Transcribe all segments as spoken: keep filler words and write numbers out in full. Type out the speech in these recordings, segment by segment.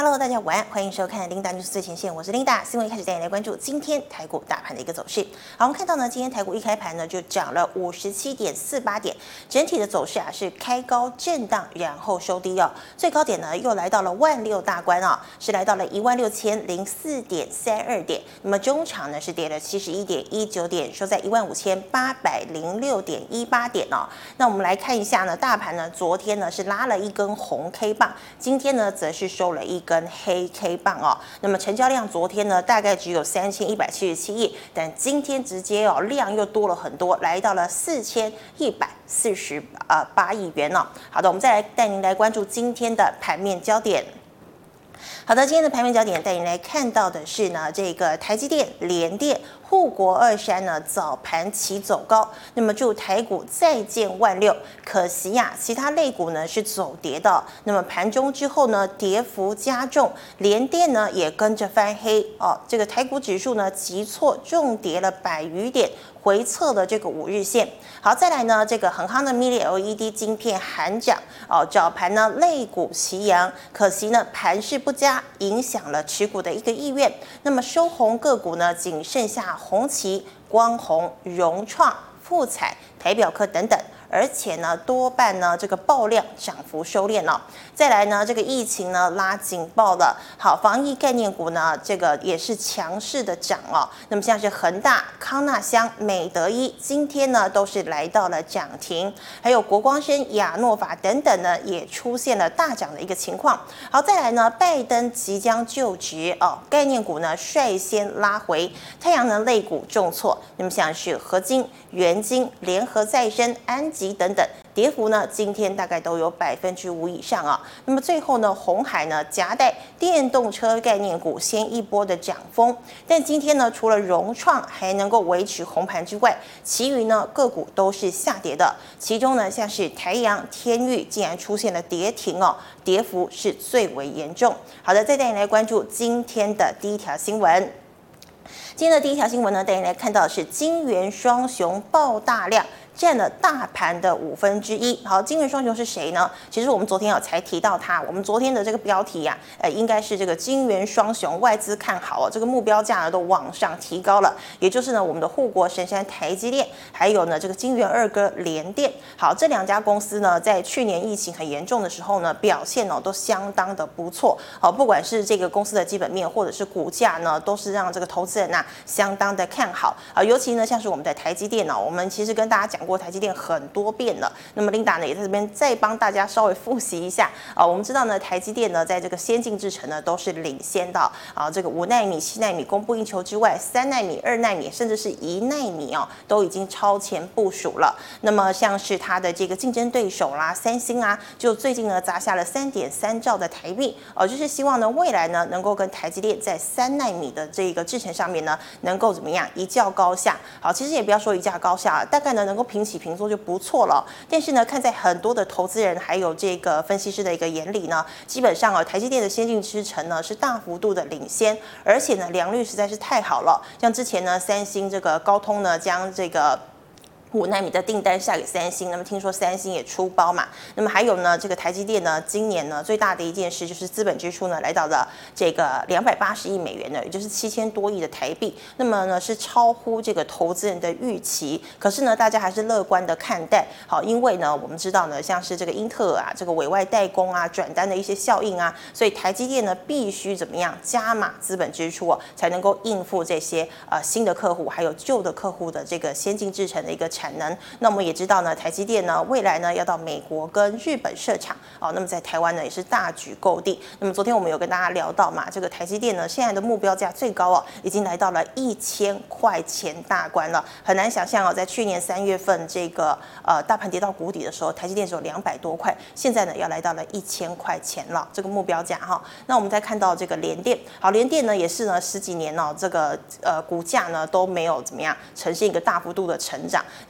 Hello， 大家晚安，欢迎收看 Linda News 最前线，我是 Linda。新闻一开始带你来关注今天台股大盘的一个走势。好，我们看到呢，今天台股一开盘呢就涨了五十七点四八点，整体的走势啊是开高震荡，然后收低哦。最高点呢又来到了万六大关哦，是来到了一万六千零四点三二点。那么中场呢是跌了七十一点一九点，收在一万五千八百零六点一八点哦。那我们来看一下呢，大盘呢昨天呢是拉了一根红 K 棒，今天呢则是收了一根跟黑 K 棒哦，那么成交量昨天呢大概只有三千一百七十七亿，但今天直接哦量又多了很多，来到了四千一百四十呃八亿元哦。好的，我们再来带您来关注今天的盘面焦点。好的，今天的盘面焦点带您来看到的是呢，这个台积电、联电、护国二山呢早盘齐走高，那么祝台股再见万六。可惜呀、啊，其他类股呢是走跌的，那么盘中之后呢跌幅加重，联电呢也跟着翻黑哦。这个台股指数呢急挫重跌了百余点，回测了这个五日线。好，再来呢，这个很夯的 Mini L E D 晶片喊涨哦，早盘呢类股齐扬，可惜呢盘势不佳，影响了持股的一个意愿。那么收红个股呢，仅剩下红旗、光弘、荣创、富彩、台表科等等。而且呢，多半呢这个爆量涨幅收敛了、哦。再来呢，这个疫情呢拉警报了。好，防疫概念股呢，这个也是强势的涨哦。那么像是恒大、康那香、美德一，今天呢都是来到了涨停，还有国光生、亚诺法等等呢，也出现了大涨的一个情况。好，再来呢，拜登即将就职哦，概念股呢率先拉回，太阳能类股重挫。那么像是合金、元金、联合再生、安吉等等，跌幅呢今天大概都有百分之五以上啊。那么最后呢，鸿海呢夹带电动车概念股先一波的涨峰，但今天呢除了荣创还能够维持红盘之外，其余呢个股都是下跌的。其中呢像是台阳、天钰竟然出现了跌停哦，跌幅是最为严重。好的，再带你来关注今天的第一条新闻。今天的第一条新闻呢，带你来看到的是晶圆双雄爆大量，占了大盘的五分之一。好，晶圆双雄是谁呢？其实我们昨天有才提到它，我们昨天的这个标题呀、啊，呃，应该是这个晶圆双雄外资看好哦，这个目标价呢都往上提高了，也就是呢我们的护国神山台积电，还有呢这个晶圆二哥联电。好，这两家公司呢在去年疫情很严重的时候呢，表现哦都相当的不错。好，不管是这个公司的基本面或者是股价呢，都是让这个投资人啊相当的看好啊。尤其呢像是我们的台积电呢、哦，我们其实跟大家讲过。过台积电很多遍了，那么 Linda 呢也在这边再帮大家稍微复习一下啊。我们知道呢，台积电呢在这个先进制程呢都是领先的啊，这个五奈米、七奈米供不应求之外，三奈米、二奈米甚至是一奈米哦，都已经超前部署了。那么像是它的这个竞争对手啦，三星啊，就最近呢砸下了三点三兆的台币哦，就是希望呢未来呢能够跟台积电在三奈米的这个制程上面呢能够怎么样一较高下。好，其实也不要说一较高下，大概呢能够平起平坐就不错了。但是呢，看在很多的投资人还有这个分析师的一个眼里呢，基本上哦，台积电的先进制程呢是大幅度的领先，而且呢良率实在是太好了。像之前呢，三星这个高通呢将这个五奈米的订单下给三星，那么听说三星也出包嘛，那么还有呢，这个台积电呢，今年呢最大的一件事就是资本支出呢来到了这个两百八十亿美元呢，也就是七千多亿的台币，那么呢是超乎这个投资人的预期，可是呢大家还是乐观的看待，好，因为呢我们知道呢，像是这个英特尔啊，这个委外代工啊，转单的一些效应啊，所以台积电呢必须怎么样加码资本支出哦，才能够应付这些呃新的客户还有旧的客户的这个先进制程的一个产能。那我们也知道呢，台积电呢未来呢要到美国跟日本设厂哦，那么在台湾呢也是大举购地。那么昨天我们有跟大家聊到嘛，这个台积电呢现在的目标价最高哦，已经来到了一千块钱大关了。很难想象哦，在去年三月份这个呃大盘跌到谷底的时候，台积电只有两百多块，现在呢要来到了一千块钱了，这个目标价哈。那我们再看到这个联电，好，联电呢也是呢十几年哦，这个呃股价呢都没有怎么样呈现一个大幅度的成长。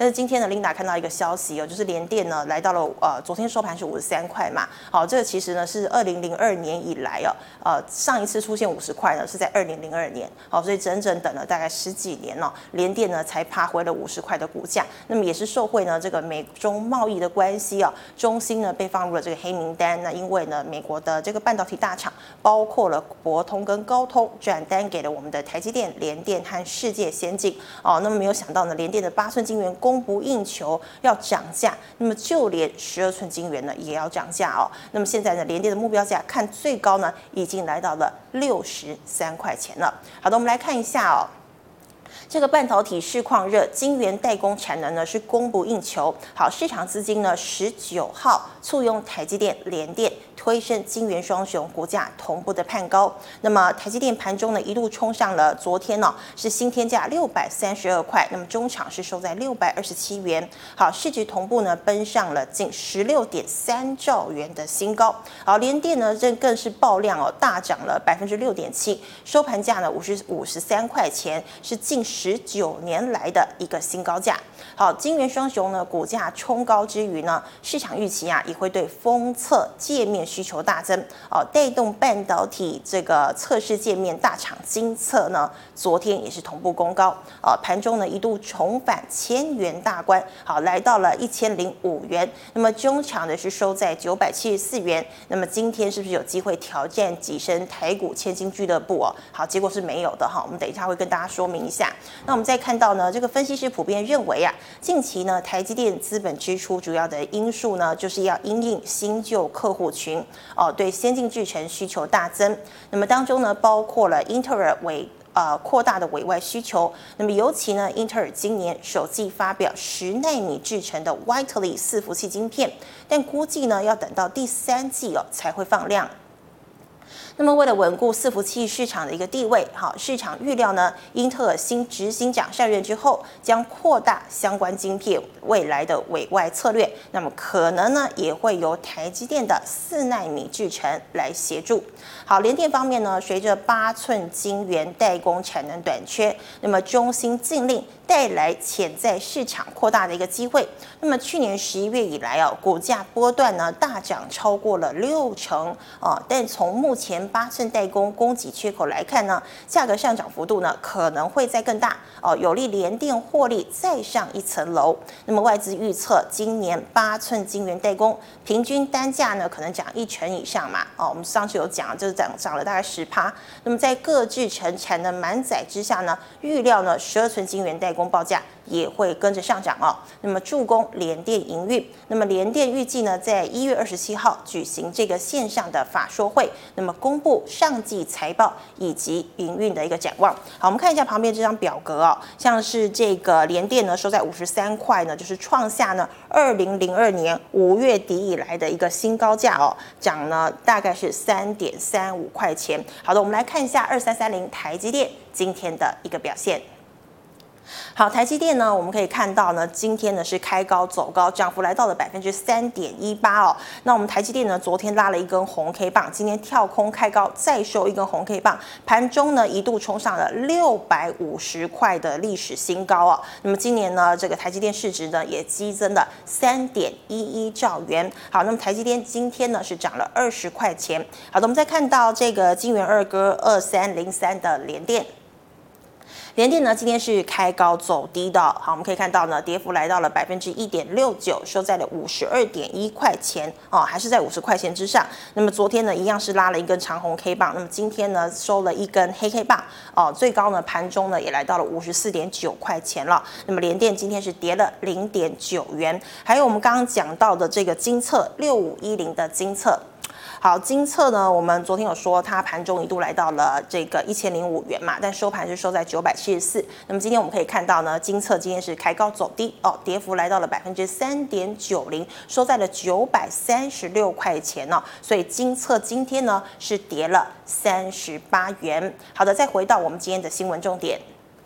但是今天呢，Linda 看到一个消息哦，就是联电呢来到了呃昨天收盘是五十三块嘛，好，这个其实呢是二零零二年以来哦，呃上一次出现五十块呢是在二零零二年，好，所以整整等了大概十几年哦，联电呢才爬回了五十块的股价，那么也是受惠呢这个美中贸易的关系哦，中芯呢被放入了这个黑名单，那因为呢美国的这个半导体大厂包括了博通跟高通转单给了我们的台积电、联电和世界先进哦，那么没有想到呢，联电的八寸晶圆供不应求要涨价，那么就连十二寸晶圆呢也要涨价哦。那么现在呢，联电的目标价看最高呢已经来到了六十三块钱了。好的，我们来看一下哦。这个半导体市况热，晶圆代工产能呢是供不应求。好，市场资金呢十九号簇拥台积电、联电，推升晶圆双雄股价同步的攀高。那么台积电盘中呢一度冲上了昨天呢、哦、是新天价六百三十二块，那么中场是收在六百二十七元。好，市值同步呢奔上了近十六点三兆元的新高。好，联电呢这更是爆量哦，大涨了百分之六点七，收盘价呢五十五十三块钱，是近十九年来的一个新高价。好，晶圆双雄呢股价冲高之余呢，市场预期啊也会对封测界面需求大增哦，带动半导体这个测试界面大厂精测呢，昨天也是同步攻高哦，盘中呢一度重返千元大关，好，来到了一千零五元。那么中场的是收在九百七十四元。那么今天是不是有机会挑战跻身台股千金俱乐部哦？好，结果是没有的哈，我们等一下会跟大家说明一下。那我们再看到呢，这个分析师普遍认为啊，近期呢台积电资本支出主要的因素呢，就是要因应新旧客户群哦，对先进制程需求大增。那么当中呢，包括了英特尔为呃扩大的委外需求。那么尤其呢，英特尔今年首季发表十奈米制程的 Whiteley 伺服器晶片，但估计呢要等到第三季哦才会放量。那么，为了稳固伺服器市场的一个地位，好，市场预料呢，英特尔新执行长上任之后，将扩大相关晶片未来的委外策略。那么，可能呢，也会由台积电的四奈米制程来协助。好，联电方面呢，随着八寸晶圆代工产能短缺，那么中芯禁令带来潜在市场扩大的一个机会。那么，去年十一月以来哦，股价波段呢大涨超过了六成哦，但从目前八寸代工供给缺口来看呢，价格上涨幅度呢可能会再更大哦，有利联电获利再上一层楼。那么外资预测今年八寸晶圆代工平均单价呢可能涨一成以上嘛哦，我们上次有讲，就是涨涨了大概十趴。那么在各制程产能满载之下呢，预料呢十二寸晶圆代工报价也会跟着上涨哦。那么助攻联电营运，那么联电预计呢在一月二十七号举行这个线上的法说会，那么公布上季财报以及营运的一个展望。好，我们看一下旁边这张表格哦，像是这个联电呢收在五十三块呢，就是创下呢二零零二年五月底以来的一个新高价哦，涨呢大概是三点三五块钱。好的，我们来看一下二三三零台积电今天的一个表现。好，台积电呢，我们可以看到呢，今天呢是开高走高，涨幅来到了百分之三点一八哦。那我们台积电呢，昨天拉了一根红 K 棒，今天跳空开高，再收一根红 K 棒，盘中呢一度冲上了六百五十块的历史新高哦。那么今年呢，这个台积电市值呢也激增了三点一一兆元。好，那么台积电今天呢是涨了二十块钱。好的，我们再看到这个晶圆二哥二三零三的联电。联电呢，今天是开高走低的，好，我们可以看到呢，跌幅来到了百分之一点六九，收在了五十二点一块钱哦，还是在五十块钱之上。那么昨天呢，一样是拉了一根长红 K 棒，那么今天呢，收了一根黑 K 棒哦，最高呢，盘中呢也来到了五十四点九块钱了。那么联电今天是跌了零点九元，还有我们刚刚讲到的这个精测六五一零的精测。好，精测呢，我们昨天有说它盘中一度来到了这个一千零五元嘛，但收盘是收在九百七十四。那么今天我们可以看到呢，精测今天是开高走低哦，跌幅来到了百分之三点九零，收在了九百三十六块钱哦。所以精测今天呢是跌了三十八元。好的，再回到我们今天的新闻重点。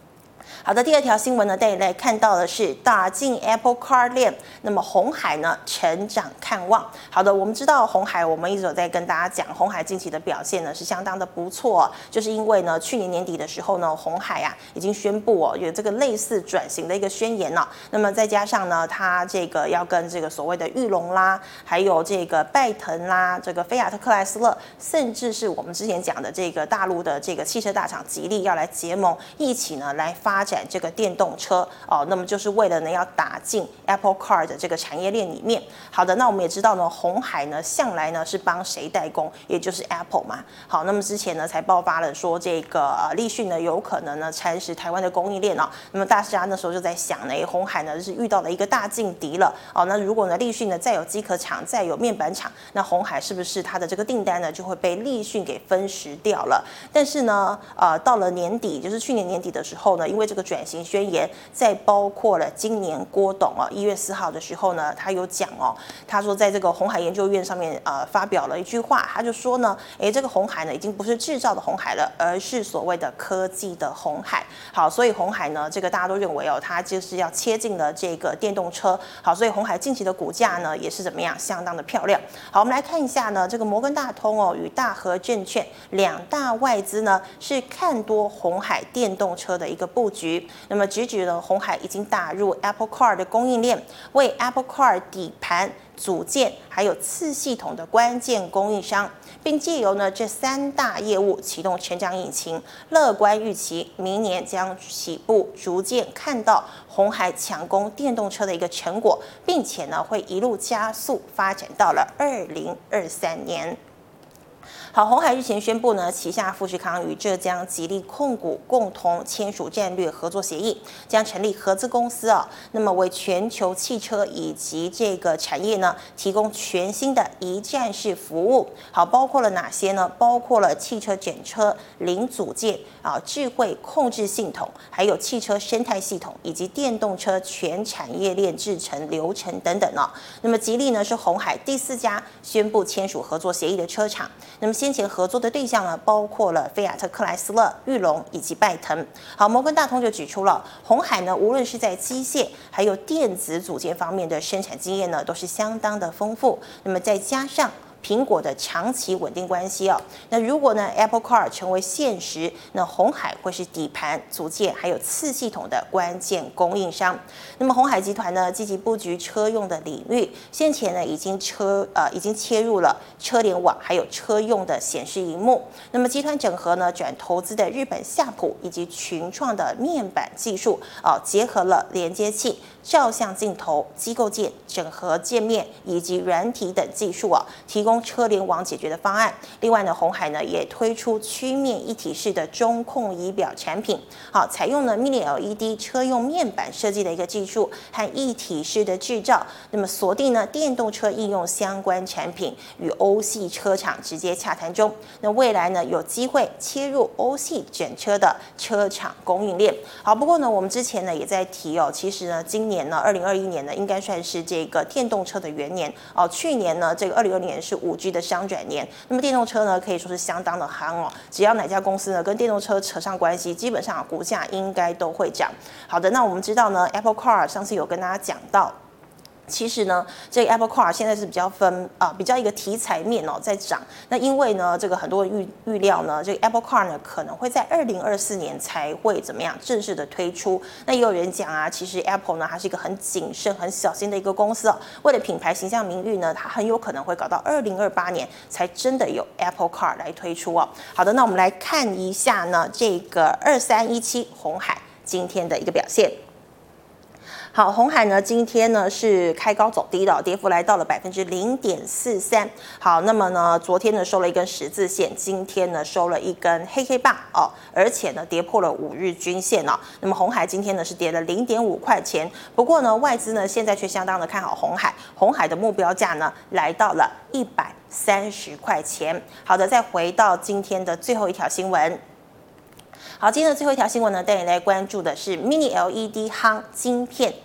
好的，第二条新闻呢，带你来看到的是打进 Apple Car 链，那么鸿海呢成长看望。好的，我们知道鸿海，我们一直有在跟大家讲，鸿海近期的表现呢是相当的不错，就是因为呢去年年底的时候呢，鸿海啊已经宣布哦有这个类似转型的一个宣言了，那么再加上呢，它这个要跟这个所谓的裕隆啦，还有这个拜腾啦，这个菲亚特克莱斯勒，甚至是我们之前讲的这个大陆的这个汽车大厂吉利要来结盟，一起呢来发展这个电动车哦，那么就是为了呢要打进 Apple Car 的这个产业链里面。好的，那我们也知道呢，鸿海呢向来呢是帮谁代工，也就是 Apple 嘛。好，那么之前呢才爆发了说这个呃立讯呢有可能呢蚕食台湾的供应链哦。那么大家那时候就在想呢，鸿海呢是遇到了一个大劲敌了哦。那如果呢立讯呢再有机壳厂，再有面板厂，那鸿海是不是它的这个订单呢就会被立讯给分食掉了？但是呢，呃，到了年底，就是去年年底的时候呢，因为这个转型宣言，再包括了今年郭董哦，一月四号的时候呢，他有讲哦，他说在这个鸿海研究院上面呃发表了一句话，他就说呢，哎，这个鸿海呢已经不是制造的鸿海了，而是所谓的科技的鸿海。好，所以鸿海呢，这个大家都认为哦，它就是要切进了这个电动车。好，所以鸿海近期的股价呢也是怎么样，相当的漂亮。好，我们来看一下呢，这个摩根大通哦与大和证券两大外资呢是看多鸿海电动车的一个布局。那么直指呢，鸿海已经打入 Apple Car 的供应链，为 Apple Car 底盘、组件还有次系统的关键供应商，并借由呢这三大业务启动成长引擎，乐观预期明年将起步逐渐看到鸿海抢攻电动车的一个成果，并且呢会一路加速发展到了二零二三年。好，鸿海日前宣布呢，旗下富士康与浙江吉利控股共同签署战略合作协议，将成立合资公司啊，那么为全球汽车以及这个产业呢，提供全新的一站式服务。好，包括了哪些呢？包括了汽车整车、零组件啊、智慧控制系统，还有汽车生态系统，以及电动车全产业链制成流程等等啊。那么吉利呢，是鸿海第四家宣布签署合作协议的车厂。那么先前合作的对象呢，包括了菲亚特克莱斯勒、裕隆以及拜腾。好，摩根大通就指出了，鸿海呢，无论是在机械还有电子组件方面的生产经验呢，都是相当的丰富。那么再加上苹果的长期稳定关系哦，那如果呢 Apple Car 成为现实，那鸿海会是底盘、组件还有次系统的关键供应商。那么鸿海集团呢积极布局车用的领域，先前呢已经车呃已经切入了车联网还有车用的显示萤幕。那么集团整合呢转投资的日本夏普以及群创的面板技术哦，结合了连接器、照相镜头、机构件、整合界面以及软体等技术啊，提供车联网解决的方案。另外呢，鸿海呢也推出曲面一体式的中控仪表产品，好，采用了 Mini L E D 车用面板设计的一个技术和一体式的制造。那么锁定呢电动车应用相关产品，与欧系车厂直接洽谈中。那未来呢有机会切入欧系整车的车厂供应链。好，不过呢我们之前呢也在提哦，其实呢今年呢二零二一年呢应该算是这个电动车的元年哦。去年呢这个二零二零年是五 G 的商转年，那么电动车呢可以说是相当的夯哦。只要哪家公司呢跟电动车扯上关系，基本上股价应该都会涨。好的，那我们知道呢 Apple Car 上次有跟大家讲到。其实呢，这个 Apple Car 现在是比较分啊、呃，比较一个题材面哦在涨。那因为呢，这个很多人预预料呢，这个 Apple Car 呢可能会在二零二四年才会怎么样正式的推出。那也有人讲啊，其实 Apple 呢它是一个很谨慎、很小心的一个公司哦。为了品牌形象名誉呢，它很有可能会搞到二零二八年才真的有 Apple Car 来推出哦。好的，那我们来看一下呢，这个二三一七鸿海今天的一个表现。好，鸿海呢今天呢是开高走低的，跌幅来到了百分之零点四三。好，那么呢昨天呢收了一根十字线，今天呢收了一根黑 K 棒哦，而且呢跌破了五日均线哦。那么鸿海今天呢是跌了零点五块钱，不过呢外资呢现在却相当的看好鸿海，鸿海的目标价呢来到了一百三十块钱。好的，再回到今天的最后一条新闻。好，今天的最后一条新闻呢，带你来关注的是 Mini L E D 夯晶片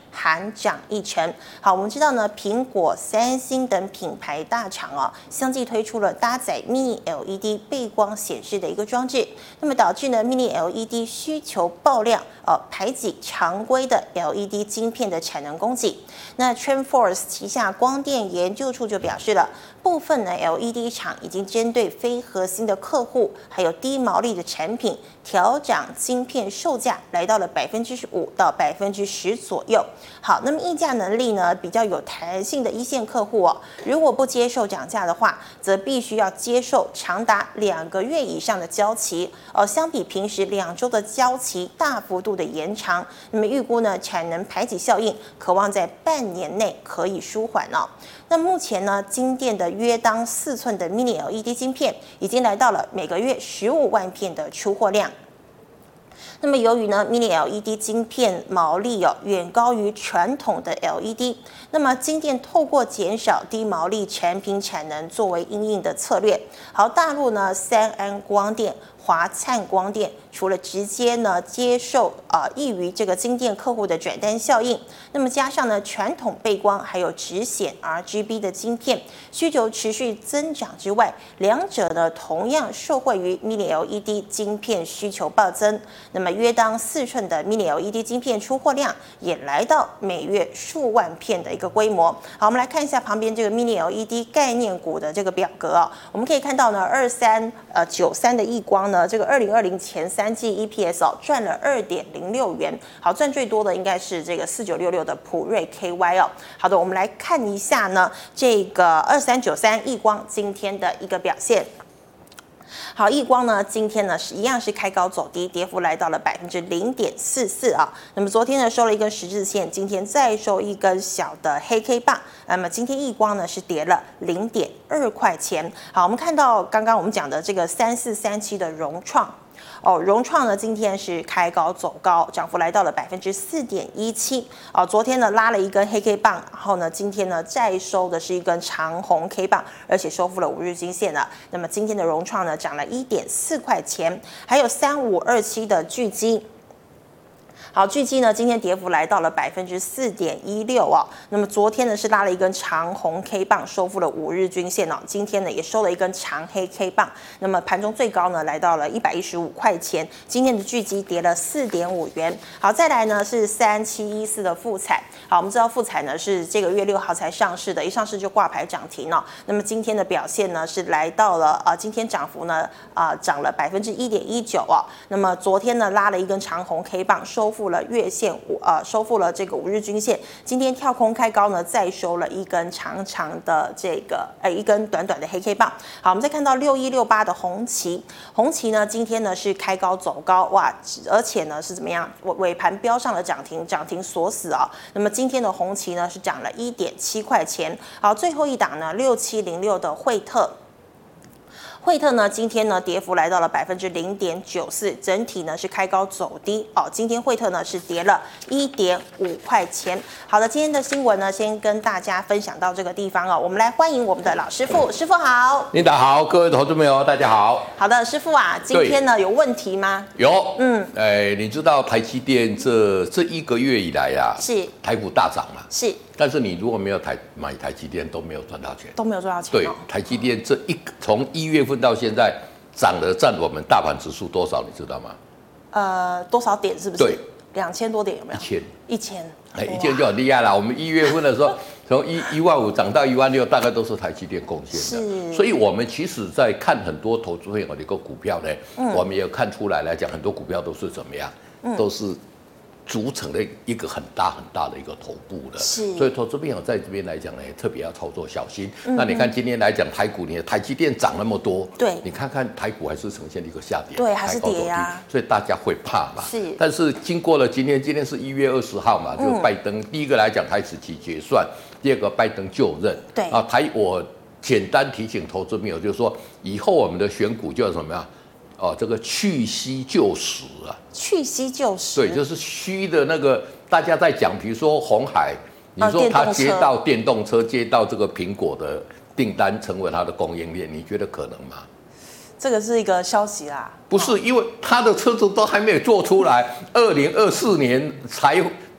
喊涨一成。好，我们知道呢，苹果、三星等品牌大厂哦，相继推出了搭载 Mini L E D 背光显示的一个装置，那么导致呢 Mini L E D 需求爆量，呃，排挤常规的 L E D 晶片的产能供给。那 TrendForce 旗下光电研究处就表示了，部分呢 L E D 厂已经针对非核心的客户，还有低毛利的产品，调涨晶片售价，来到了百分之五到百分之十左右。好，那么议价能力呢比较有弹性的一线客户哦，如果不接受涨价的话，则必须要接受长达两个月以上的交期哦，相比平时两周的交期大幅度的延长。那么预估呢，产能排挤效应可望在半年内可以舒缓哦。那目前呢，晶电的约当四寸的 Mini L E D 晶片已经来到了每个月十五万片的出货量。那么由于呢 Mini L E D 晶片毛利哦远高于传统的 L E D， 那么晶电透过减少低毛利产品产能作为因应的策略。好，大陆呢三安光电、华灿光电除了直接呢接受啊、呃、易于这个晶电客户的转单效应，那么加上呢传统背光还有直显 R G B 的晶片需求持续增长之外，两者呢同样受惠于 Mini L E D 晶片需求暴增。那么约当四寸的 Mini L E D 晶片出货量也来到每月数万片的一个规模。好，我们来看一下旁边这个 Mini L E D 概念股的这个表格哦，我们可以看到呢二三呃九三的亿光呢，这个二零二零前三季 E P S 哦赚了二点零六元。好，赚最多的应该是这个四九六六的普瑞 K Y 哦。好的，我们来看一下呢这个二三九三亿光今天的一个表现。好，亿光呢，今天呢是一样是开高走低，跌幅来到了百分之零点四四啊。那么昨天呢收了一根十字线，今天再收一根小的黑 K 棒。那么今天亿光呢是跌了零点二块钱。好，我们看到刚刚我们讲的这个三四三七的融创。哦，融创呢今天是开高走高，涨幅来到了百分之四点一七。哦，昨天呢拉了一根黑 K 棒，然后呢今天呢再收的是一根长红 K 棒，而且收复了五日均线了。那么今天的融创呢涨了一点四块钱，还有三五二七的巨基。好，巨基呢今天跌幅来到了百分之四点一六哦。那么昨天呢是拉了一根长红 K 棒，收复了五日均线哦。今天呢也收了一根长黑 K 棒。那么盘中最高呢来到了一百一十五块钱。今天的巨基跌了四点五元。好，再来呢是三七一四的富彩。好，我们知道富彩呢是这个月六号才上市的，一上市就挂牌涨停哦。那么今天的表现呢是来到了呃今天涨幅呢啊、呃、涨了百分之一点一九哦。那么昨天呢拉了一根长红 K 棒，收复了月线，呃，收复了这个五日均线。今天跳空开高呢，再收了一根长长的这个，呃，一根短短的黑 K 棒。好，我们再看到六一六八的红旗，红旗呢，今天呢是开高走高，哇，而且呢是怎么样？尾尾盘飙上了涨停，涨停锁死啊。那么今天的红旗呢是涨了一点七块钱。好，最后一档呢，六七零六的惠特。惠特呢，今天呢跌幅来到了百分之零点九四，整体呢是开高走低哦。今天惠特呢是跌了一点五块钱。好的，今天的新闻呢，先跟大家分享到这个地方哦。我们来欢迎我们的老师傅，师傅好。 领导好，各位投资朋友大家好。 好的，师傅啊，今天呢有问题吗？ 有，嗯，哎，你知道台积电这这一个月以来啊，是台股大涨嘛？ 是。 但是你如果没有台买台积电，都没有赚到钱， 都没有赚到钱、哦。 对，台积电这一从一月份到现在涨了占我们大盘指数多少，你知道吗？ 呃，多少点是不是？ 对， 两千多点有没有？ 一千， 一千， 哎，一千就很厉害了。我们一月份的时候，从一一万五涨到一万六，大概都是台积电贡献的。是，所以我们其实在看很多投资朋友的一个股票呢，嗯、我们也有看出来来讲，很多股票都是怎么样，嗯、都是。组成的一个很大很大的一个头部的，是，所以投资朋友在这边来讲呢，特别要操作小心。嗯、那你看今天来讲台股，你的台积电涨那么多，对，你看看台股还是呈现一个下跌， 对，还是跌啊， 所以大家会怕嘛。 是， 但是经过了今天，今天是一月二十号嘛，就是拜登、嗯、第一个来讲台指期结算，第二个拜登就任，对啊，台我简单提醒投资朋友，就是说以后我们的选股叫什么呀？哦，这个去虚就实啊， 去虚就实， 对，就是虚的那个，大家在讲，比如说鸿海，你说他接到电动车，接到这个苹果的订单，成为他的供应链，你觉得可能吗？ 这个是一个消息啦， 不是，因为他的车子都还没有做出来，二零二四年才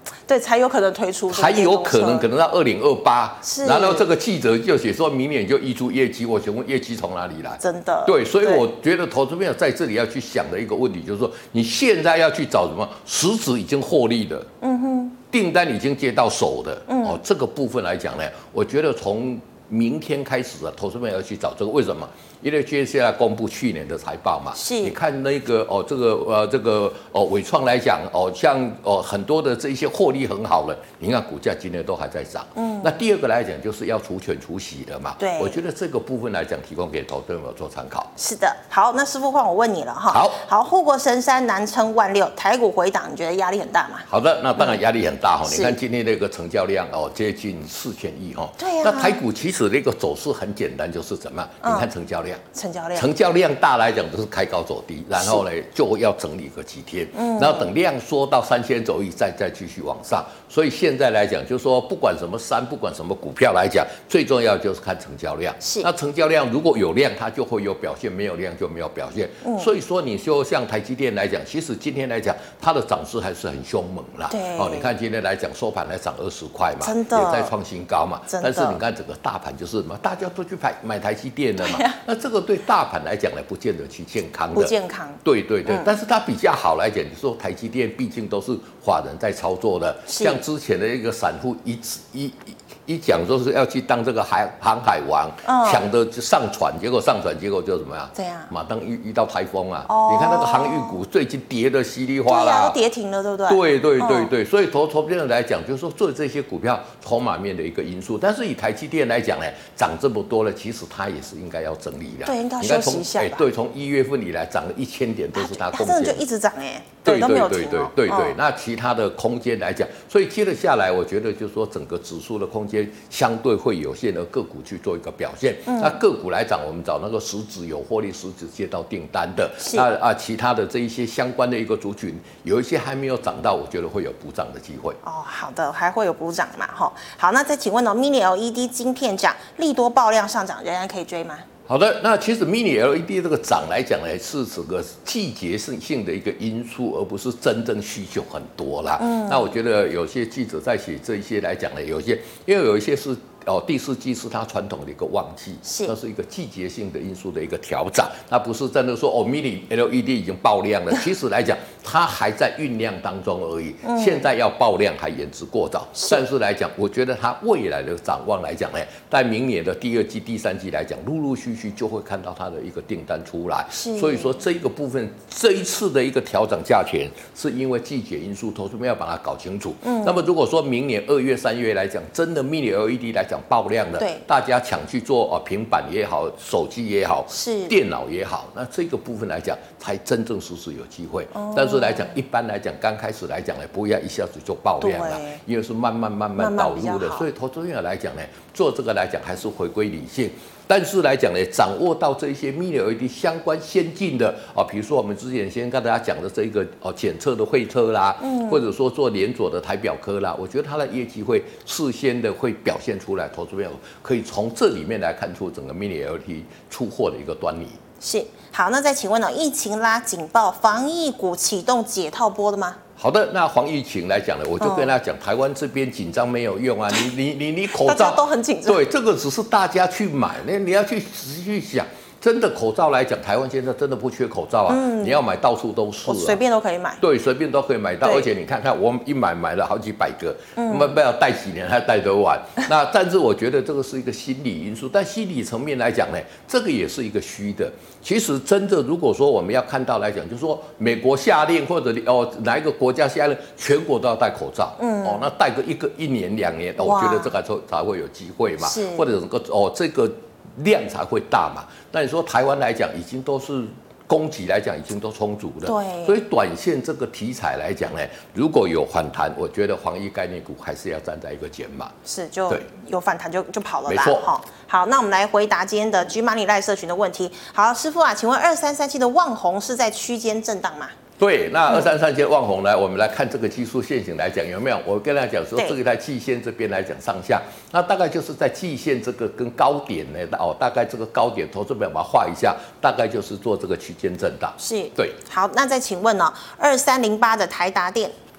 对，才有可能推出， 还有可能可能到二零二八，然后这个记者就写说明年就挹注业绩，我请问业绩从哪里来？ 真的， 对，所以我觉得投资朋友在这里要去想的一个问题就是说，你现在要去找什么实质已经获利的，嗯哼，订单已经接到手的，嗯、哦，这个部分来讲呢，我觉得从明天开始啊，投资朋友要去找这个，为什么？因为接下来公布去年的财报嘛， 是， 你看那个哦，这个呃，这个哦，伟创来讲哦，像哦很多的这一些获利很好了，你看股价今天都还在涨。嗯，那第二个来讲就是要除权除息的嘛， 对， 我觉得这个部分来讲，提供给投资朋友做参考。 是的，好，那师傅换我问你了哈。 好， 好，护国神山难撑万六，台股回档，你觉得压力很大吗？ 好的，那当然压力很大哈、嗯。你看今天那个成交量哦，接近四千亿哈。 对呀、啊。 那台股其实那个走势很简单，就是怎么样？嗯、你看成交量， 成交量。 成交量大来讲都是开高走低，然后呢就要整理个几天，嗯，然后等量缩到三千走一再再继续往上。所以现在来讲，就是说不管什么山，不管什么股票来讲，最重要就是看成交量。 是， 那成交量如果有量，它就会有表现；没有量就没有表现。嗯，所以说你说像台积电来讲，其实今天来讲它的涨势还是很凶猛啦。 对， 哦，你看今天来讲收盘来涨二十块嘛， 真的也在创新高嘛。 真的。 但是你看整个大盘就是什么，大家都去买买台积电了嘛，那这个对大盘来讲呢，不见得去健康的， 不健康。 对对对，嗯、但是它比较好来讲，你说台积电毕竟都是法人在操作的，像之前的一个散户一一一一讲说是要去当这个海航海王，抢、嗯、的就上船，结果上船结果就怎么样？ 这样， 马上遇遇到台风啊！哦、你看那个航运股最近跌得稀里哗啦， 对啊，都跌停了，对不对？ 对对对对，嗯、所以投投资人来讲，就是说做这些股票筹码面的一个因素，但是以台积电来讲呢，涨这么多了，其实它也是应该要整理的。 对，应该休息一下吧。 哎，对，从一月份以来涨了一千点，都是它贡献。 它真的就一直涨哎， 对都没有停。对对对对对，那其他的空间来讲，所以接着下来，我觉得就是说整个指数的空间相对会有限，而个股去做一个表现。嗯、那个股来讲，我们找那个实质有获利、实质接到订单的，那啊其他的这一些相关的一个族群，有一些还没有涨到，我觉得会有补涨的机会。 哦，好的，还会有补涨嘛？哈，好，那再请问哦 ，Mini L E D 晶片涨，利多爆量上涨，仍然可以追吗？ 好的，那其实 Mini L E D 这个涨来讲呢，是整个季节性性的一个因素，而不是真正需求很多啦。嗯，那我觉得有些记者在写这一些来讲呢，有些因为有一些是。哦，第四季是它传统的一个旺季，是那是一个季节性的因素的一个调整，那不是真的说哦 ，Mini L E D 已经爆量了。其实来讲，它还在酝酿当中而已，嗯、现在要爆量还言之过早。是但是来讲，我觉得它未来的展望来讲呢，在明年的第二季、第三季来讲，陆陆续续就会看到它的一个订单出来。所以说这一个部分，这一次的一个调整价钱，是因为季节因素，投资者要把它搞清楚。嗯，那么如果说明年二月、三月来讲，真的 Mini L E D 来讲爆量的， 对， 大家抢去做啊，平板也好，手机也好，是电脑也好，那这个部分来讲，才真正实施有机会。哦、但是来讲，一般来讲，刚开始来讲呢，不要一下子就爆量了，因为是慢慢慢慢导入的，所以投资人来讲呢，做这个来讲还是回归理性。但是来讲呢，掌握到这些 Mini L E D 相关先进的啊，比如说我们之前先跟大家讲的这个哦检测的会测啦，嗯、或者说做联佐的台表科啦，我觉得它的业绩会事先的会表现出来，投资朋友可以从这里面来看出整个 Mini L E D 出货的一个端倪。 是，好，那再请问哦，疫情拉警报，防疫股启动解套波了吗？ 好的，那防疫情来讲呢，我就跟他讲，台湾这边紧张没有用啊，你你你你口罩大家都很紧张， 对，这个只是大家去买，那你要去仔细去想。真的口罩来讲，台湾现在真的不缺口罩啊！嗯、你要买到处都是、啊， 随便都可以买。 对，随便都可以买到，而且你看看，我一买买了好几百个，我们不要戴几年还戴得完。那但是我觉得这个是一个心理因素，但心理层面来讲呢，这个也是一个虚的。其实真的，如果说我们要看到来讲，就是说美国下令或者哦哪一个国家下令，全国都要戴口罩，嗯，哦那戴个一个一年两年，我觉得这个才才会有机会嘛，或者整个哦这个。量才会大嘛，那你说台湾来讲，已经都是供给来讲已经都充足了， 对， 所以短线这个题材来讲呢，如果有反弹，我觉得防疫概念股还是要站在一个减码， 是就有反弹就就跑了啦， 没错。 好，好，那我们来回答今天的 G Money Live 社群的问题。好，师傅啊，请问二三三七的旺宏是在区间震荡吗？ 对，那二三三千旺宏来，我们来看这个技术线型来讲有没有？我跟大家讲说，这个在季线这边来讲上下，那大概就是在季线这个跟高点呢，哦，大概这个高点，投资表把它画一下，大概就是做这个区间震荡。 是， 对。 好，那再请问呢、哦，二三零八的台达电。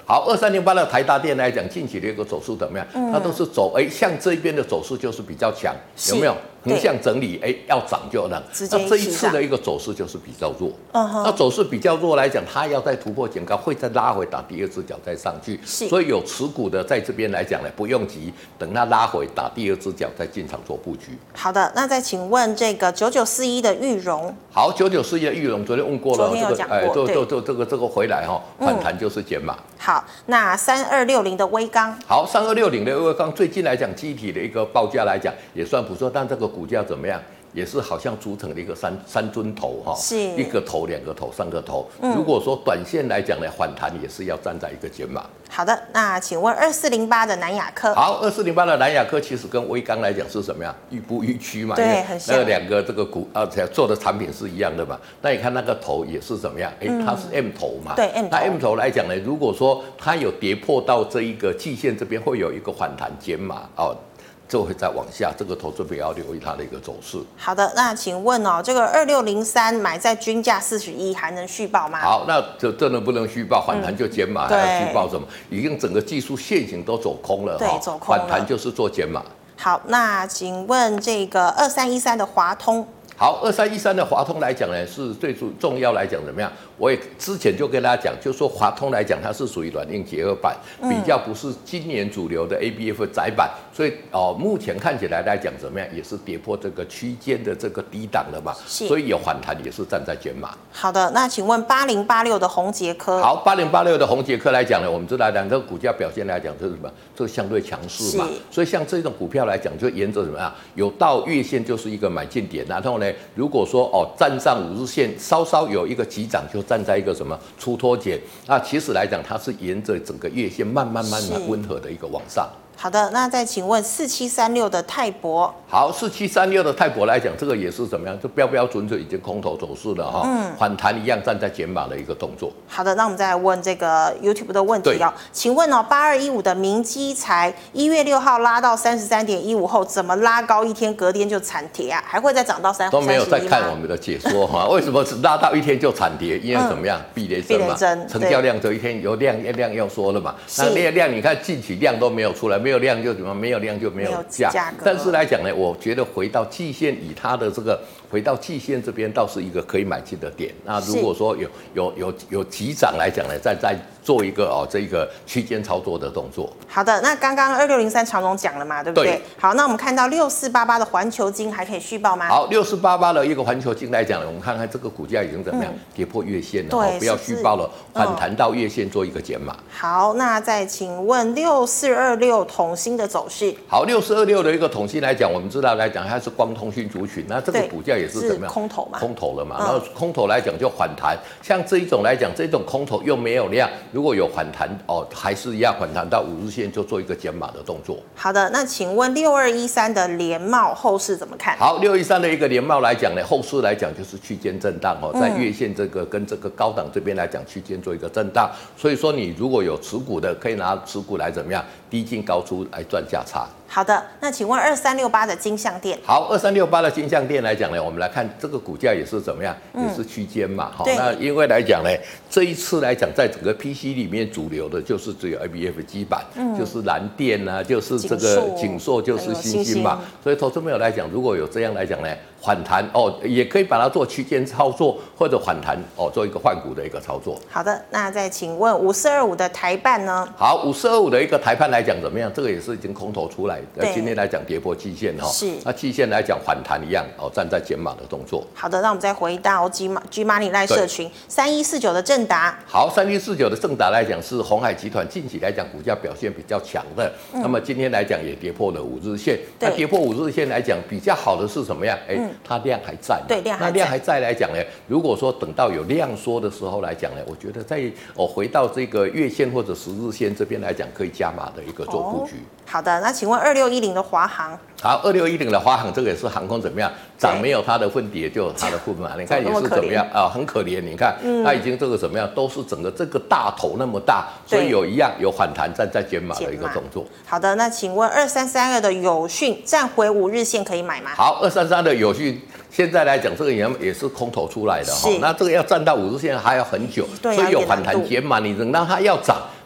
好，二三零八的台达电来讲，近期的一个走势怎么样？嗯、它都是走，哎，像这边的走势就是比较强，有没有？横向整理，哎，要涨就能。那这一次的一个走势就是比较弱。嗯、那走势比较弱来讲，它要再突破前高，会再拉回打第二只脚再上去。所以有持股的在这边来讲呢，不用急，等它拉回打第二只脚再进场做布局。 好的，那再请问这个九九四一的裕荣。 好，九九四一的裕荣，昨天问过了， 昨天有讲过，哎， 就就就这个这个回来哈，反弹就是减码。 好，那三二六零的威刚。 好，三二六零的威刚最近来讲，机体的一个报价来讲也算不错，但这个股价怎么样？也是好像组成了一个三三尊头哈， 是一个头、两个头、三个头。嗯、如果说短线来讲呢，反弹也是要站在一个减码。 好的，那请问二四零八的南亚科。 好，二四零八的南亚科其实跟威刚来讲是什么样？亦步亦趋嘛， 对，很像。 那两个这个股啊做的产品是一样的嘛。那你看那个头也是怎么样？哎、欸，它是 M 头嘛。 对 ，M 头。 那 M 头来讲呢，如果说它有跌破到这一个季线这边，会有一个反弹减码哦。就会再往下，这个投资者要留意它的一个走势。 好的，那请问哦，这个二六零三买在均价四十一，还能续报吗？ 好，那这真的不能续报，反弹就减码，嗯、还要续报什么？已经整个技术线型都走空了， 对，走空了。 反弹就是做减码。 好，那请问这个二三一三的华通。 好，二三一三的华通来讲呢，是最重重要来讲怎么样？我也之前就跟大家讲，就说华通来讲，它是属于软硬结合版，比较不是今年主流的 A B F 窄板，所以哦，目前看起来来讲怎么样，也是跌破这个区间的这个低档了嘛，所以有反弹也是站在减码。 好的，那请问八零八六的宏捷科。 好，八零八六的宏捷科来讲呢，我们知道讲这个股价表现来讲就是什么，这个相对强势嘛，所以像这种股票来讲，就沿着怎么样，有到月线就是一个买进点，然后呢，如果说哦站上五日线，稍稍有一个急涨，就站在一个什么出脱点，那其实来讲它是沿着整个月线慢慢慢慢温和的一个往上。 好的，那再请问四七三六的泰博。 好，四七三六的泰博来讲，这个也是怎么样？就标标准准已经空头走势了哈，嗯，反弹一样站在减码的一个动作。 好的，那我们再来问这个 YouTube 的问题哦，请问哦，八二一五的明基材一月六号拉到三十三点一五后，怎么拉高一天，隔天就惨跌啊？还会再涨到三都没有在看我们的解说哈？为什么只拉到一天就惨跌？因为怎么样？避雷针嘛，成交量这一天有量量要说了嘛，那量量你看近期量都没有出来，没有。没有量就怎么没有量就没有价，但是来讲呢，我觉得回到季线，以它的这个回到季线这边，倒是一个可以买进的点。那如果说有有有有急涨来讲呢，再再做一个哦这个区间操作的动作。 好的，那刚刚二六零三长荣讲了嘛，对不对？对。好，那我们看到六四八八的环球金还可以续报吗？ 好，六四八八的一个环球金来讲呢，我们看看这个股价已经怎么样，跌破月线了， 对， 不要续报了，反弹到月线做一个减码。 好，那再请问六四二六统新的走势。 好，六四二六的一个统新来讲，我们知道来讲它是光通讯族群，那这个股价也是怎么样？ 空头嘛， 空头了嘛。然后空头来讲就反弹，像这一种来讲，这种空头又没有量，如果有反弹哦，还是要反弹到五日线就做一个减码的动作。 好的，那请问六二一三的联茂后市怎么看？ 好，六一三的一个联茂来讲呢，后市来讲就是区间震荡哦，在月线这个跟这个高档这边来讲区间做一个震荡，所以说你如果有持股的，可以拿持股来怎么样低进高出来赚价差。 好的，那请问二三六八的金像店。 好，二三六八的金像店来讲呢，我们来看这个股价也是怎么样，嗯、也是区间嘛。好，那因为来讲呢，这一次来讲，在整个 P C 里面主流的就是只有 A B F 基板，嗯、就是蓝电啊，就是这个景硕，就是星星嘛。所以投资朋友来讲，如果有这样来讲呢，反弹哦，也可以把它做区间操作，或者反弹哦，做一个换股的一个操作。 好的，那再请问五四二五的台半呢？ 好，五四二五的一个台半来讲怎么样？这个也是已经空头出来。今天来讲跌破季线哈， 是那季线来讲反弹一样哦，站在减码的动作。 好的，那我们再回到 G G Money 赖社群三一四九的正达。 好，三一四九的正达来讲是鸿海集团近期来讲股价表现比较强的，嗯、那么今天来讲也跌破了五日线。那跌破五日线来讲比较好的是什么样？哎、欸，嗯、它量还在。 对，量还在。 那量还在来讲呢，如果说等到有量缩的时候来讲呢，我觉得在哦回到这个月线或者十日线这边来讲，可以加码的一个做布局。哦、 好的，那请问二六一零的华航。 好，二六一零的华航，这个也是航空怎么样？涨没有它的份，跌就有它的份嘛。你看也是怎么样啊？很可怜。你看，嗯、它已经这个怎么样？都是整个这个大头那么大，所以有一样有反弹站在减码的一个动作。 好的，那请问二三三二的友讯站回五日线可以买吗？ 好，二三三的友讯现在来讲，这个也也是空头出来的哈。那这个要站到五日线还要很久，所以有反弹减码，你等到它要涨。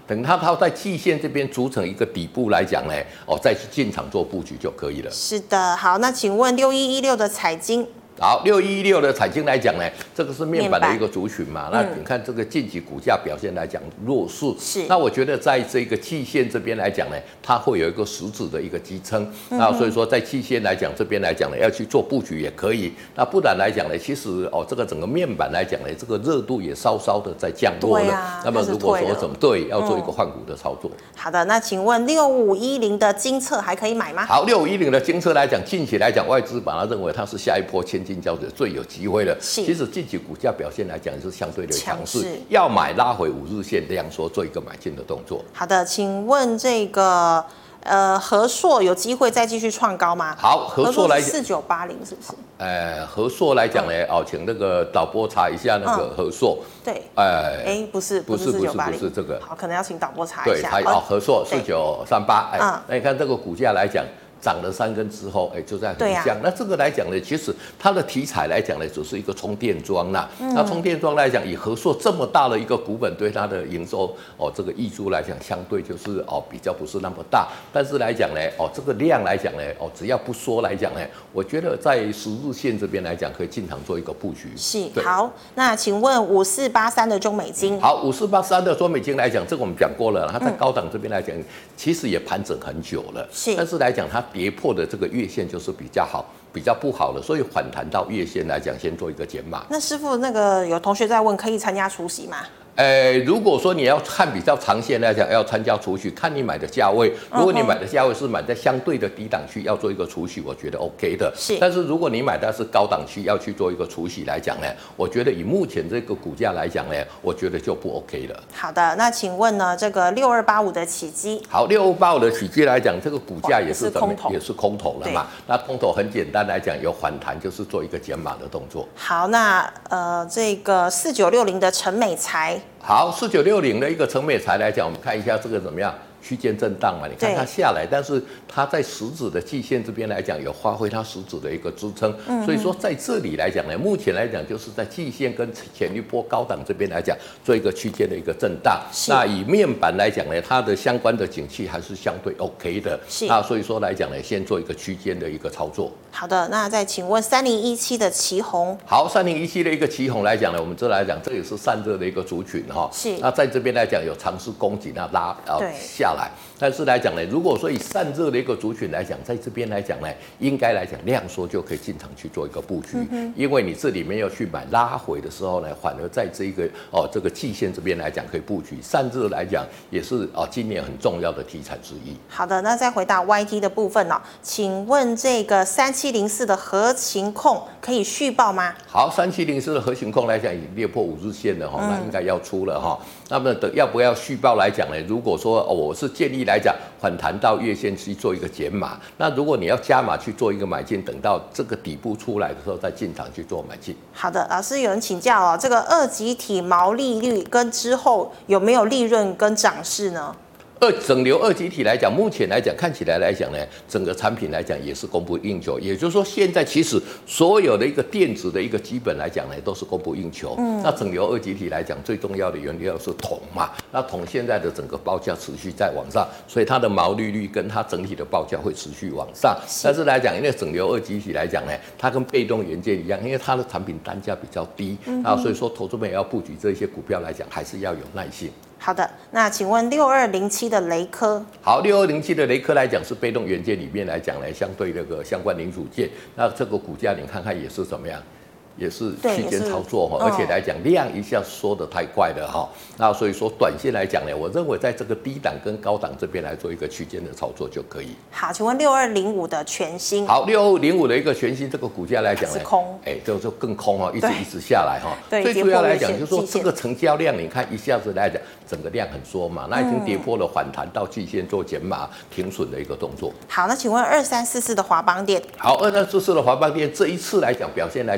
等它它在季线这边组成一个底部来讲呢，哦，再去进场做布局就可以了。 是的，好，那请问六一一六的彩晶。 好，六一六的彩晶来讲呢，这个是面板的一个族群嘛。那你看这个近期股价表现来讲弱势， 是。 那我觉得在这个季线这边来讲呢，它会有一个实质的一个支撑。嗯、那所以说在季线来讲，这边来讲呢，要去做布局也可以。那不然来讲呢，其实哦，这个整个面板来讲呢，这个热度也稍稍的在降落了。 啊、 那么如果说怎么对，要做一个换股的操作。嗯、 好的，那请问六五一零的精测还可以买吗？ 好，六五一零的精测来讲，近期来讲，外资把它认为它是下一波千金交易最有机会了。其实近期股价表现来讲是相对的强势，要买拉回五日线量缩做一个买进的动作。 好的，请问这个呃和硕有机会再继续创高吗？ 好，和硕来四九八零是不是？ 呃，和硕来讲呢，嗯、哦，请那个导播查一下那个和硕。 嗯、对。 哎， 哎，不是， 不是，不是，不是这个。 好，可能要请导播查一下。 对，哦，和硕四九三八。哎，那你看这个股价来讲。涨了三根之后，哎，就在横向。啊、那这个来讲呢，其实它的题材来讲呢，只是一个充电桩啦。嗯、那充电桩来讲，以和硕这么大的一个股本，对它的营收哦，这个益处来讲，相对就是哦比较不是那么大。但是来讲呢，哦这个量来讲呢，哦只要不缩来讲呢，我觉得在十日线这边来讲，可以进场做一个布局。 是。好，那请问五四八三的中美金？ 好，五四八三的中美金来讲，这个我们讲过了，它在高档这边来讲，嗯、其实也盘整很久了。 是。 但是来讲它。跌破的这个月线就是比较好，比较不好的，所以反弹到月线来讲，先做一个减码。 那师傅，那个有同学在问，可以参加除息吗？ 呃，如果说你要看比较长线来讲，要参加储蓄，看你买的价位。如果你买的价位是买在相对的低档区，要做一个储蓄，我觉得 OK 的。 是。 但是如果你买的是高档区，要去做一个储蓄来讲呢，我觉得以目前这个股价来讲呢，我觉得就不 OK 了。 好的，那请问呢，这个六二八五的启基？ 好，六二八五的启基来讲，这个股价也是怎么也是空头了嘛？那空头很简单来讲，有反弹就是做一个减码的动作。 好，那呃，这个四九六零的陈美才。 好，四九六零的一个成美材来讲，我们看一下这个怎么样？区间震荡嘛，你看它下来，但是它在十指的季线这边来讲，有发挥它十指的一个支撑，嗯、所以说在这里来讲呢，目前来讲就是在季线跟前一波高档这边来讲，做一个区间的一个震荡。那以面板来讲呢，它的相关的景气还是相对 OK 的。那所以说来讲呢，先做一个区间的一个操作。 好的，那再请问三零一七的奇鋐。 好，三零一七的一个奇鋐来讲呢，我们这来讲，这也是散热的一个族群哈。 是。 那在这边来讲，有尝试攻击，那拉啊下来。但是来讲呢，如果说以散热的一个族群来讲，在这边来讲呢，应该来讲量缩就可以进场去做一个布局，嗯、因为你这里面要去买拉回的时候呢，反而在这一个哦这个季线这边来讲可以布局。散热来讲也是哦今年很重要的题材之一。 好的，那再回到 Y T 的部分哦，请问这个三七零四的合勤控可以续报吗？ 好，三七零四的合勤控来讲已经跌破五日线了哈，嗯、那应该要出了哈。那么的要不要续报来讲呢？如果说、哦、我是建议来讲反弹到月线去做一个减码，那如果你要加码去做一个买进，等到这个底部出来的时候再进场去做买进。 好的，老师有人请教哦，这个二极体毛利率跟之后有没有利润跟涨势呢？ 二整流二极体来讲，目前来讲看起来来讲呢，整个产品来讲也是供不应求。也就是说，现在其实所有的一个电子的一个基本来讲呢，都是供不应求。嗯，那整流二极体来讲，最重要的原料是铜嘛。那铜现在的整个报价持续在往上，所以它的毛利率跟它整体的报价会持续往上。但是来讲，因为整流二极体来讲呢，它跟被动元件一样，因为它的产品单价比较低，嗯、啊，所以说投资们也要布局这些股票来讲，还是要有耐心。 好的，那请问六二零七的雷科？ 好，六二零七的雷科来讲是被动元件里面来讲呢，相对那个相关零组件，那这个股价你看看也是怎么样？也是区间操作哈，而且来讲量一下缩得太快了哈，那所以说短线来讲呢，我认为在这个低档跟高档这边来做一个区间的操作就可以。 好，请问六二零五的全新？ 好，六二零五的一个全新这个股价来讲呢， 是空， 哎，就就更空哈，一直一直下来哈。 对， 最主要来讲就是说这个成交量，你看一下子来讲，整个量很缩嘛，那已经跌破了反弹到季线做减码停损的一个动作。 好，那请问二三四四的华邦电？ 好，二三四四的华邦电这一次来讲表现来讲就没有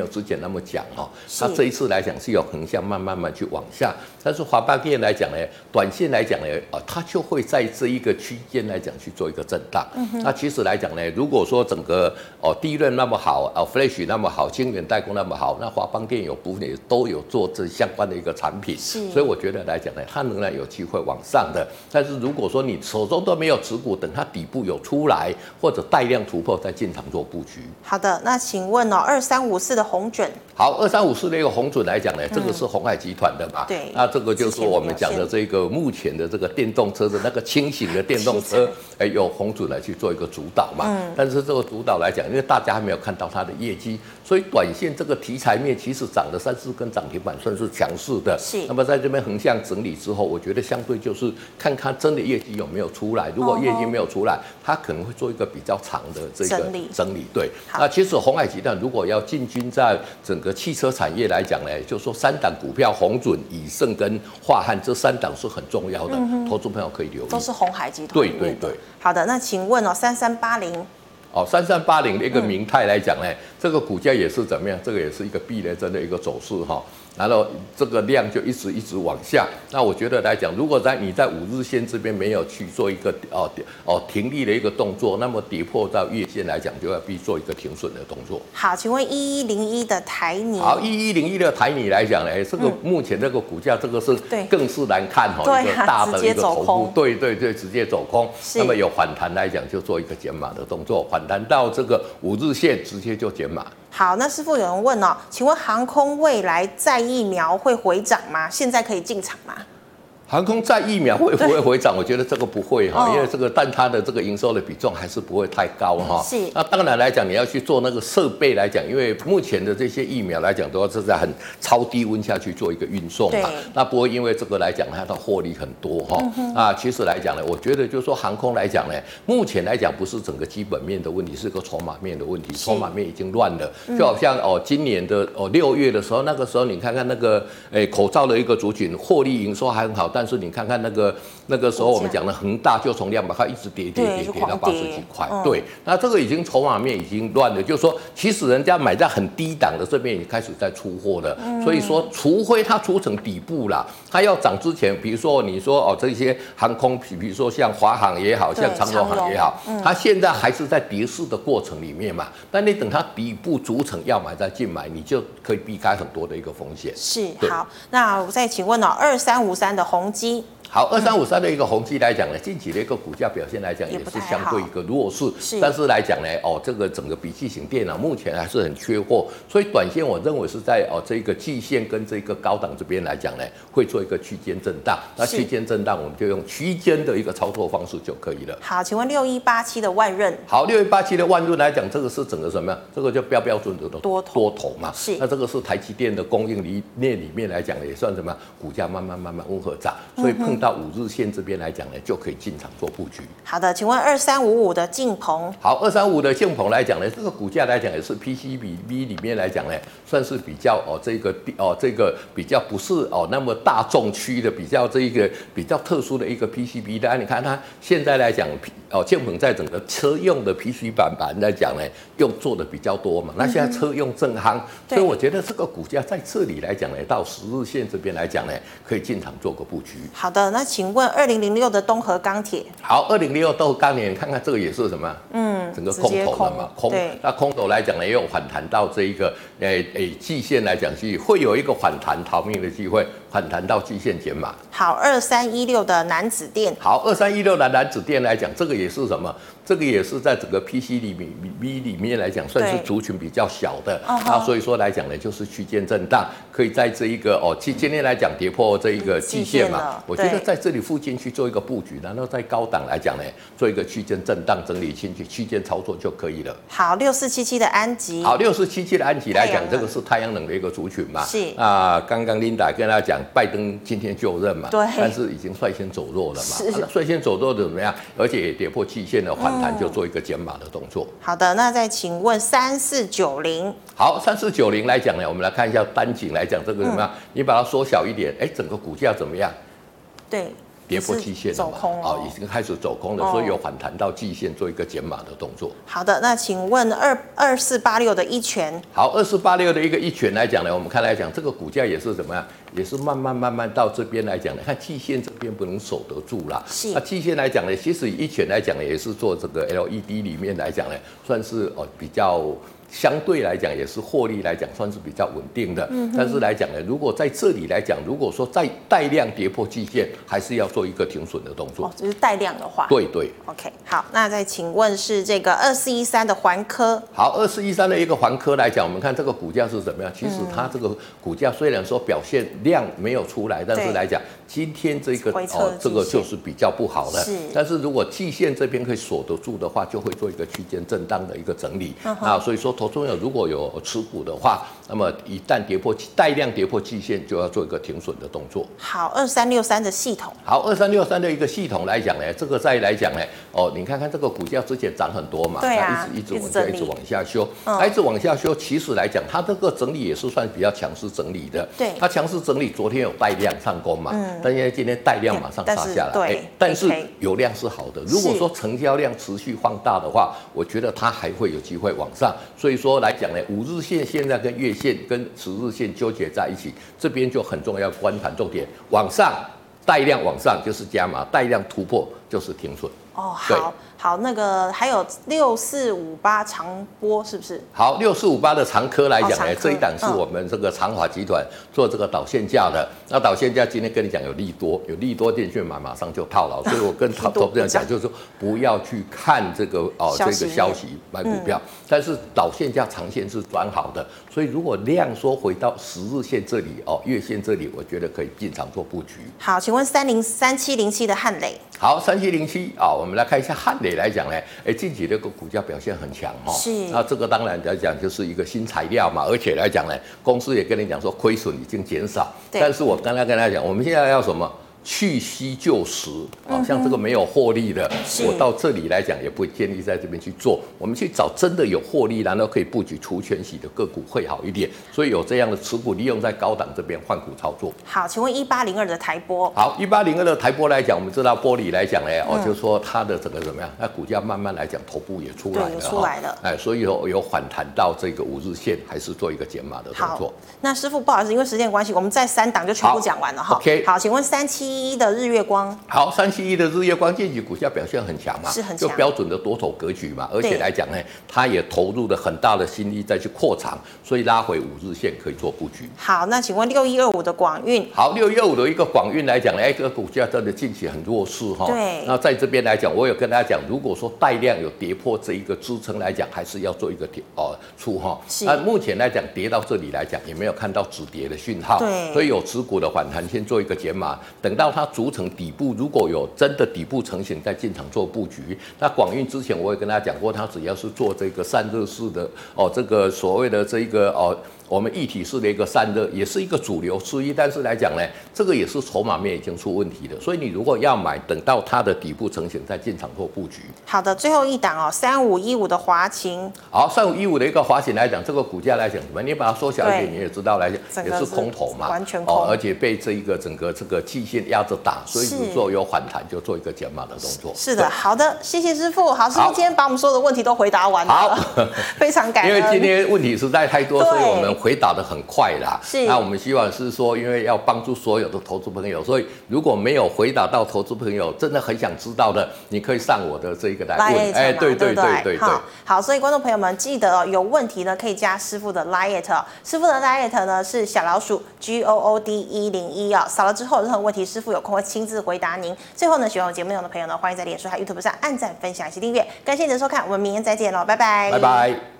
有之前那么强哦，它这一次来讲是有横向慢慢慢去往下，但是华邦电来讲呢，短线来讲呢，啊，它就会在这一个区间来讲去做一个震荡。嗯、那其实来讲呢，如果说整个哦第一轮那么好，哦 Flash 那么好，晶圆代工那么好，那华邦电有部分也都有做这相关的一个产品，所以我觉得来讲呢，它仍然有机会往上的。但是如果说你手中都没有持股，等它底部有出来或者带量突破，再进场做布局。 好的，那请问哦，二三五四的鸿准， 好，二三五四的一个鸿准来讲呢，这个是鸿海集团的嘛？ 对， 那这个就是我们讲的这个目前的这个电动车的那个轻型的电动车，哎，由鸿准来去做一个主导嘛。嗯，但是这个主导来讲，因为大家还没有看到它的业绩，所以短线这个题材面其实涨了三四根涨停板，算是强势的。 是。 那么在这边横向整理之后，我觉得相对就是看看真的业绩有没有出来。如果业绩没有出来，它可能会做一个比较长的这个整理。整理对。那其实鸿海集团如果要进军在整个汽车产业来讲呢，就是说三档股票，鸿准、以盛跟华汉这三档是很重要的，嗯、投资朋友可以留意。 都是鸿海集团。 对对对。 好的，那请问哦，三三八零。 哦，三三八零的一个明泰来讲呢，嗯、这个股价也是怎么样？这个也是一个避雷针的一个走势哈。然后这个量就一直一直往下。那我觉得来讲，如果在你在五日线这边没有去做一个哦哦停利的一个动作，那么跌破到月线来讲，就要必做一个停损的动作。 好，请问一一零一的台泥。 好，一一零一的台泥来讲呢，这个目前这个股价，这个是更是难看哈、哦，一个大的一个头部，对对对，直接走空。那么有反弹来讲，就做一个减码的动作，反弹到这个五日线直接就减码。 好，那师傅有人问哦，请问航空未来再疫苗会回涨吗？现在可以进场吗？ 航空再疫苗会不会回涨？我觉得这个不会哈，因为这个但它的这个营收的比重还是不会太高哈。 是。 那当然来讲，你要去做那个设备来讲，因为目前的这些疫苗来讲，都是在很超低温下去做一个运送嘛。那不会因为这个来讲，它的获利很多哈。嗯、啊，其实来讲呢，我觉得就是说航空来讲呢，目前来讲不是整个基本面的问题，是个筹码面的问题。筹码面已经乱了，就好像哦，今年的哦六月的时候，那个时候你看看那个诶口罩的一个族群，获利营收还很好，但但是你看看那个那个时候我们讲的恒大，就从两百块一直跌跌跌跌到八十几块，嗯、对，那这个已经筹码面已经乱了，就是说，其实人家买在很低档的这边已经开始在出货了，嗯、所以说，除非它出成底部啦，它要涨之前，比如说你说哦这些航空，比如说像华航也好像长荣航也好，嗯、它现在还是在跌势的过程里面嘛，但你等它底部组成要买再进买，你就可以避开很多的一个风险。 是，好，那我再请问哦，二三五三的宏基。 好，二三五三的一个宏基来讲呢，近期的一个股价表现来讲也是相对一个弱势，但是来讲呢，哦，这个整个笔记型电脑目前还是很缺货，所以短线我认为是在哦这个季线跟这个高档这边来讲呢，会做一个区间震荡。那区间震荡我们就用区间的一个操作方式就可以了。 好，请问六一八七的万润。 好，六一八七的万润来讲，这个是整个什么样？这个就标标准准的多头多头嘛。是。那这个是台积电的供应链里面来讲呢，也算什么？股价慢慢慢慢温和涨，所以碰到五日线这边来讲呢，就可以进场做布局。 好的，请问二三五五的晋鹏。 好，二三五的晋鹏来讲呢，这个股价来讲也是 P C B 里面来讲呢，算是比较哦这个哦这个比较不是哦那么大众区的，比较这一个比较特殊的一个 P C B。大家你看它现在来讲，哦晋鹏在整个车用的 P C B 板板来讲呢，用做的比较多嘛。那现在车用正夯，所以我觉得这个股价在这里来讲呢，到十日线这边来讲呢，可以进场做个布局。 好的，那请问二零零六的东和钢铁。 好，二零零六东和钢铁，你看看这个也是什么？嗯，整个空头了嘛，空。那空头来讲呢，也有反弹到这一个，诶诶，季线来讲是会有一个反弹逃命的机会，反弹到季线减码。 好，二三一六的南子电。 好，二三一六的南子电来讲，这个也是什么？这个也是在整个 P C 里面 B 里面来讲，算是族群比较小的，那所以说来讲呢，就是区间震荡，可以在这一个哦，今今天来讲跌破这一个季线嘛，我觉得在这里附近去做一个布局，然后在高档来讲呢，做一个区间震荡整理进去，区间操作就可以了。 好，六四七七的安吉。 好，六四七七的安吉来讲，这个是太阳能的一个族群嘛，是啊，刚刚 Linda 跟大家讲，拜登今天就任嘛，对，但是已经率先走弱了嘛，率先走弱的怎么样？而且也跌破季线的反弹，就做一个减码的动作。 好的，那再请问三四九零。 好，三四九零来讲呢，我们来看一下单井来讲，这个怎么样？嗯、你把它缩小一点，哎，整个股价怎么样？ 对。 跌破季线了嘛， 哦， 已经开始走空了，所以有反弹到季线做一个减码的动作。 好的，那请问二二四八六的一拳， 好，二四八六的一个一拳来讲呢，我们看来讲这个股价也是怎么样，也是慢慢慢慢到这边来讲呢，看季线这边不能守得住啦。 是， 那季线来讲呢，其实一拳来讲呢，也是做这个 L E D 里面来讲呢，算是哦比较。相对来讲也是获利来讲算是比较稳定的，嗯，但是来讲呢，如果在这里来讲，如果说再带量跌破季线，还是要做一个停损的动作。 哦，就是带量的话。 对对。 OK， 好，那再请问是这个二四一三的环科。 好，二四一三的一个环科来讲，我们看这个股价是怎么样？其实它这个股价虽然说表现量没有出来，但是来讲今天这个哦这个就是比较不好了。是。但是如果季线这边可以锁得住的话，就会做一个区间震荡的一个整理。嗯、啊，所以说。投资朋友如果有持股的话，那么一旦跌破带量跌破季线，就要做一个停损的动作。 好，二三六三的系统。 好，二三六三的一个系统来讲呢，这个再来讲呢，哦，你看看这个股价之前涨很多嘛， 对啊， 一直一直往下，一直往下修，嗯、一直往下修。其实来讲，它这个整理也是算比较强势整理的。对，它强势整理，昨天有带量上攻嘛，嗯、但因为今天带量马上杀下来，对，但是有量是好的。如果说成交量持续放大的话，我觉得它还会有机会往上。所以说来讲呢，五日线现在跟月线跟十日线纠结在一起，这边就很重要，观盘重点往上带量往上就是加码，带量突破就是停损。 哦，好好，那个还有六四五八长波是不是？ 好，六四五八的长科来讲呢，哦、这一档是我们这个长华集团做这个导线架的。嗯、那导线架今天跟你讲有利多，有利多进去买，马上就套牢。所以我跟投投资人讲，就是说不要去看这个哦这个消息买股票，嗯、但是导线架长线是转好的，所以如果量缩回到十日线这里哦，月线这里，我觉得可以进场做布局。 好，请问三零三七零七的汉磊。 好，三七零七啊，我们来看一下汉磊来讲呢，哎，近期这个股价表现很强哈、哦。是。那这个当然来讲就是一个新材料嘛，而且来讲呢，公司也跟你讲说亏损已经减少。但是我刚才跟他讲，我们现在要什么？去息就实啊，像这个没有获利的，我到这里来讲也不会建议在这边去做。我们去找真的有获利，然后可以布局除权息的个股会好一点。所以有这样的持股利用在高档这边换股操作。 好，请问一八零二的台玻。 好，一八零二的台玻来讲，我们知道玻璃来讲呢，哦，就是说它的整个怎么样？那股价慢慢来讲，头部也出来了， 出来了。 哎，所以有有反弹到这个五日线，还是做一个减码的动作。 那师傅不好意思，因为时间关系，我们在三档就全部讲完了哈。 OK。 好，请问三七一的日月光。 好，三七一的日月光近期股价表现很强嘛， 是很强， 就标准的多头格局嘛，而且来讲呢，它也投入了很大的心力再去扩厂，所以拉回五日线可以做布局。 好，那请问六一二五的广运， 好，六一二五的一个广运来讲呢，哎，这个股价真的近期很弱势哈。 对。 那在这边来讲，我有跟大家讲，如果说带量有跌破这一个支撑来讲，还是要做一个跌哦出哈。那目前来讲，跌到这里来讲，也没有看到止跌的讯号， 对。 所以有持股的反弹，先做一个减码，等到它组成底部如果有真的底部成型，再进场做布局。那广运之前我也跟大家讲过，它只要是做这个散热式的哦，这个所谓的这一个哦，我们一体式的一个散热，也是一个主流之一。但是来讲呢，这个也是筹码面已经出问题了。所以你如果要买，等到它的底部成型再进场做布局。 好的，最后一档哦，三五一五的华勤。 好，三五一五的一个华勤来讲，这个股价来讲怎么？你把它缩小一点，你也知道来讲，也是空头嘛， 完全空、 哦，而且被这一个整个这个季线压着打，所以如果有反弹就做一个减码的动作。 是的，好的，谢谢师傅。好，师傅今天把我们所有的问题都回答完了， 好， 非常感恩。 因为今天问题实在太多，所以我们回答的很快啦。 是， 那我们希望是说，因为要帮助所有的投资朋友，所以如果没有回答到投资朋友真的很想知道的，你可以上我的这一个来问。 哎，对对对对对。 好，好，所以观众朋友们记得哦，有问题呢可以加师傅的 Line， 师傅的 Line 呢是小老鼠 G O O D 一零一哦，扫了之后任何问题，师傅有空会亲自回答您。最后呢，喜欢我节目内容的朋友呢，欢迎在脸书还有 YouTube 上按赞、分享以及订阅。感谢你的收看，我们明天再见喽，拜拜， 拜拜。